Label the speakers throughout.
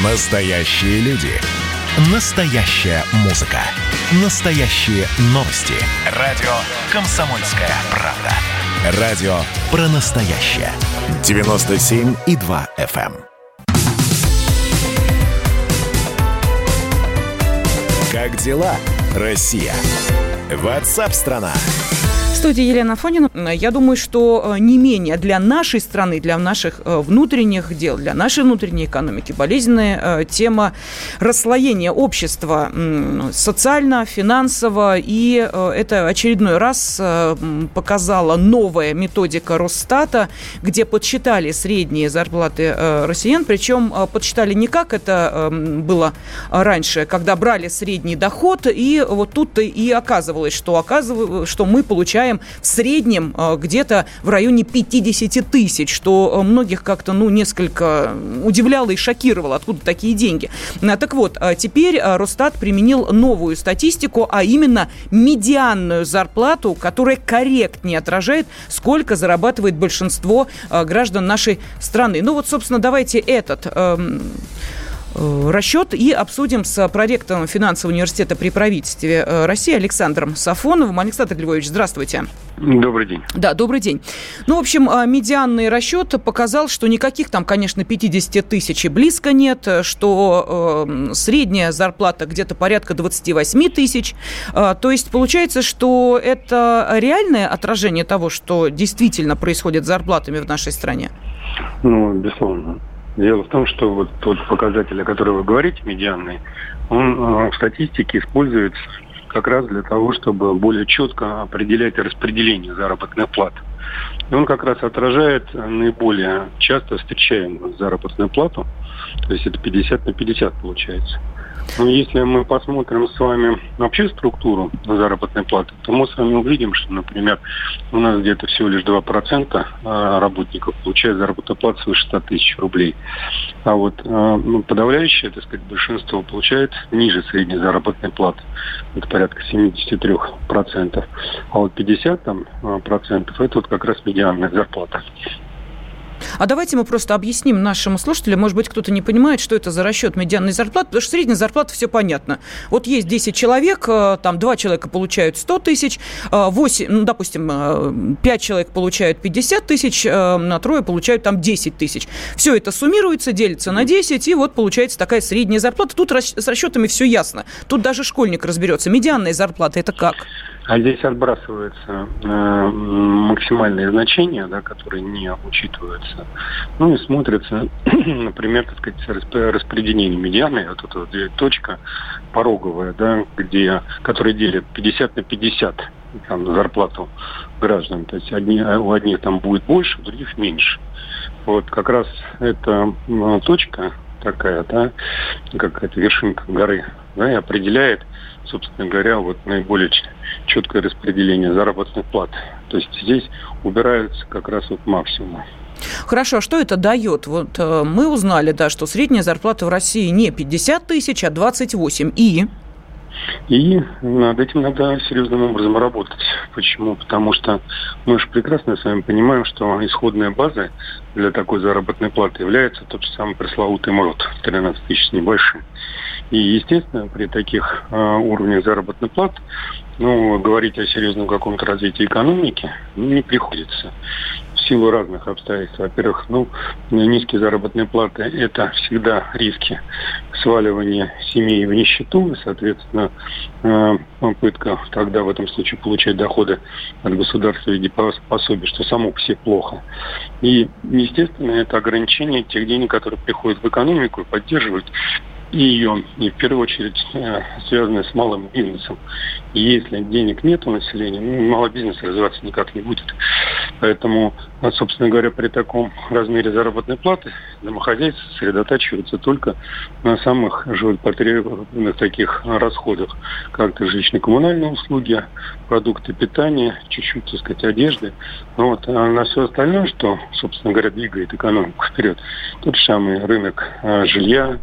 Speaker 1: Настоящие люди. Настоящая музыка. Настоящие новости. Радио «Комсомольская правда». Радио про настоящее. 97,2 FM. Как дела, Россия? WhatsApp-страна.
Speaker 2: В студии Елена Афонина. Я думаю, что не менее для нашей страны, для наших внутренних дел, для нашей внутренней экономики болезненная тема расслоения общества социально, финансово. И это очередной раз показала новая методика Росстата, где подсчитали средние зарплаты россиян. Причем подсчитали не как это было раньше, когда брали средний доход, и вот тут-то и оказывалось, что мы получаем в среднем где-то в районе 50 тысяч, что многих как-то, несколько удивляло и шокировало, откуда такие деньги. Так вот, теперь Росстат применил новую статистику, а именно медианную зарплату, которая корректнее отражает, сколько зарабатывает большинство граждан нашей страны. Собственно, давайте этот расчет и обсудим с проректором финансового университета при правительстве России Александром Сафоновым. Александр Львович, здравствуйте.
Speaker 3: Добрый день.
Speaker 2: Да, добрый день. В общем, медианный расчет показал, что никаких там, конечно, 50 тысяч и близко нет, что средняя зарплата где-то порядка 28 тысяч. То есть получается, что это реальное отражение того, что действительно происходит с зарплатами в нашей стране?
Speaker 3: Безусловно. Дело в том, что вот тот показатель, о котором вы говорите, медианный, он в статистике используется как раз для того, чтобы более четко определять распределение заработных плат. И он как раз отражает наиболее часто встречаемую заработную плату, то есть это 50 на 50 получается. Но если мы посмотрим с вами вообще структуру заработной платы, то мы с вами увидим, что, например, у нас где-то всего лишь 2% работников получают заработную плату свыше 100 тысяч рублей. А вот подавляющее, большинство получает ниже средней заработной платы. Это порядка 73%. А вот 50% это вот как раз медианная зарплата.
Speaker 2: А давайте мы просто объясним нашему слушателю, может быть, кто-то не понимает, что это за расчет медианной зарплаты, потому что средняя зарплата, все понятно. Вот есть 10 человек, там 2 человека получают 100 тысяч, 5 человек получают 50 тысяч, на трое получают там 10 тысяч. Все это суммируется, делится на 10, и вот получается такая средняя зарплата. Тут с расчетами все ясно. Тут даже школьник разберется. Медианная зарплата – это как?
Speaker 3: А здесь отбрасываются максимальные значения, которые не учитываются. И смотрится, например, распределение медианы. Вот эта вот точка пороговая, которая делит 50 на 50 зарплату граждан. То есть у одних там будет больше, у других меньше. Вот как раз эта точка такая, какая-то вершинка горы, и определяет, собственно говоря, наиболее четкое распределение заработных плат. То есть здесь убираются как раз максимум.
Speaker 2: Хорошо, а что это дает? Вот мы узнали, что средняя зарплата в России не 50 тысяч, а 28. И
Speaker 3: над этим надо серьезным образом работать. Почему? Потому что мы же прекрасно с вами понимаем, что исходная база для такой заработной платы является тот же самый пресловутый МРОТ, 13 тысяч с небольшим. И, естественно, при таких уровнях заработной платы говорить о серьезном каком-то развитии экономики не приходится. В силу разных обстоятельств. Во-первых, низкие заработные платы – это всегда риски сваливания семей в нищету, и, соответственно, попытка тогда в этом случае получать доходы от государства в виде пособий, что само по себе плохо. И, естественно, это ограничение тех денег, которые приходят в экономику и поддерживают и в первую очередь, связанное с малым бизнесом. И если денег нет у населения, малый бизнес развиваться никак не будет. Поэтому, собственно говоря, при таком размере заработной платы домохозяйство сосредотачивается только на самых живопотребных таких расходах, как это жилищно-коммунальные услуги, продукты питания, чуть-чуть, одежды. А на все остальное, что, собственно говоря, двигает экономику вперед, тот же самый рынок жилья,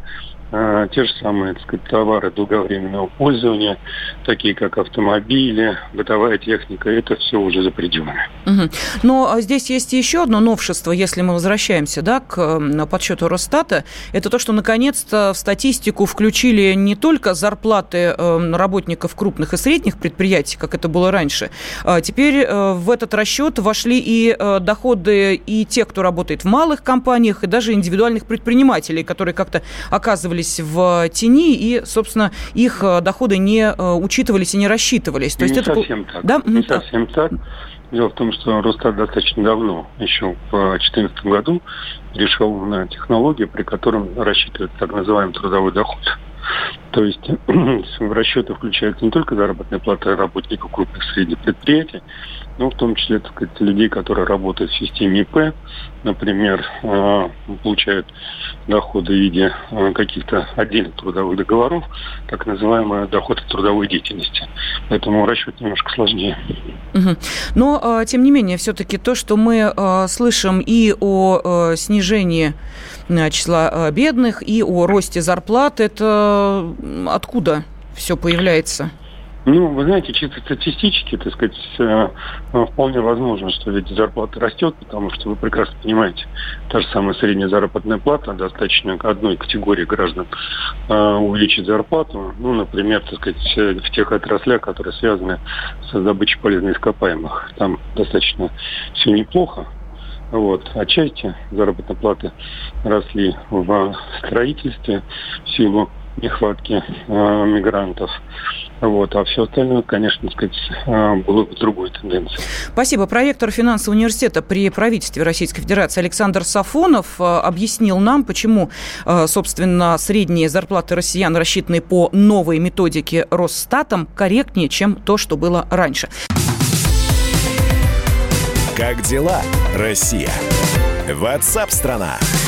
Speaker 3: те же самые, так сказать, товары долговременного пользования, такие как автомобили, бытовая техника, это все уже за пределами.
Speaker 2: Но здесь есть еще одно новшество, если мы возвращаемся, да, к подсчету Росстата, это то, что наконец-то в статистику включили не только зарплаты работников крупных и средних предприятий, как это было раньше, теперь в этот расчет вошли и доходы и тех, кто работает в малых компаниях, и даже индивидуальных предпринимателей, которые как-то оказывались в тени, и, собственно, их доходы не учитывались и не рассчитывались. То есть
Speaker 3: не
Speaker 2: это...
Speaker 3: совсем так.
Speaker 2: Да?
Speaker 3: Не совсем так. Дело в том, что Росстат достаточно давно, еще в 2014 году, перешел на технологию, при котором рассчитывают так называемый трудовой доход. То есть в расчеты включаются не только заработная плата работников крупных и средних предприятий, но в том числе, так сказать, людей, которые работают в системе ИП, например, получают доходы в виде каких-то отдельных трудовых договоров, так называемый доход от трудовой деятельности. Поэтому расчет немножко сложнее.
Speaker 2: Но, тем не менее, все-таки то, что мы слышим и о снижении числа бедных, и о росте зарплат, это откуда все появляется?
Speaker 3: Ну, вы знаете, чисто статистически, так сказать, вполне возможно, что ведь зарплата растет, потому что вы прекрасно понимаете, та же самая средняя заработная плата, достаточно одной категории граждан увеличить зарплату, ну, например, так сказать, в тех отраслях, которые связаны с добычей полезных ископаемых. Там достаточно все неплохо. Вот. Отчасти заработные платы росли в строительстве в силу нехватки мигрантов. Вот. А все остальное, конечно, сказать, было в другой тенденции.
Speaker 2: Спасибо. Проректор финансового университета при правительстве Российской Федерации Александр Сафонов объяснил нам, почему, собственно, средние зарплаты россиян, рассчитанные по новой методике Росстатом, корректнее, чем то, что было раньше.
Speaker 1: Как дела, Россия? WhatsApp-страна.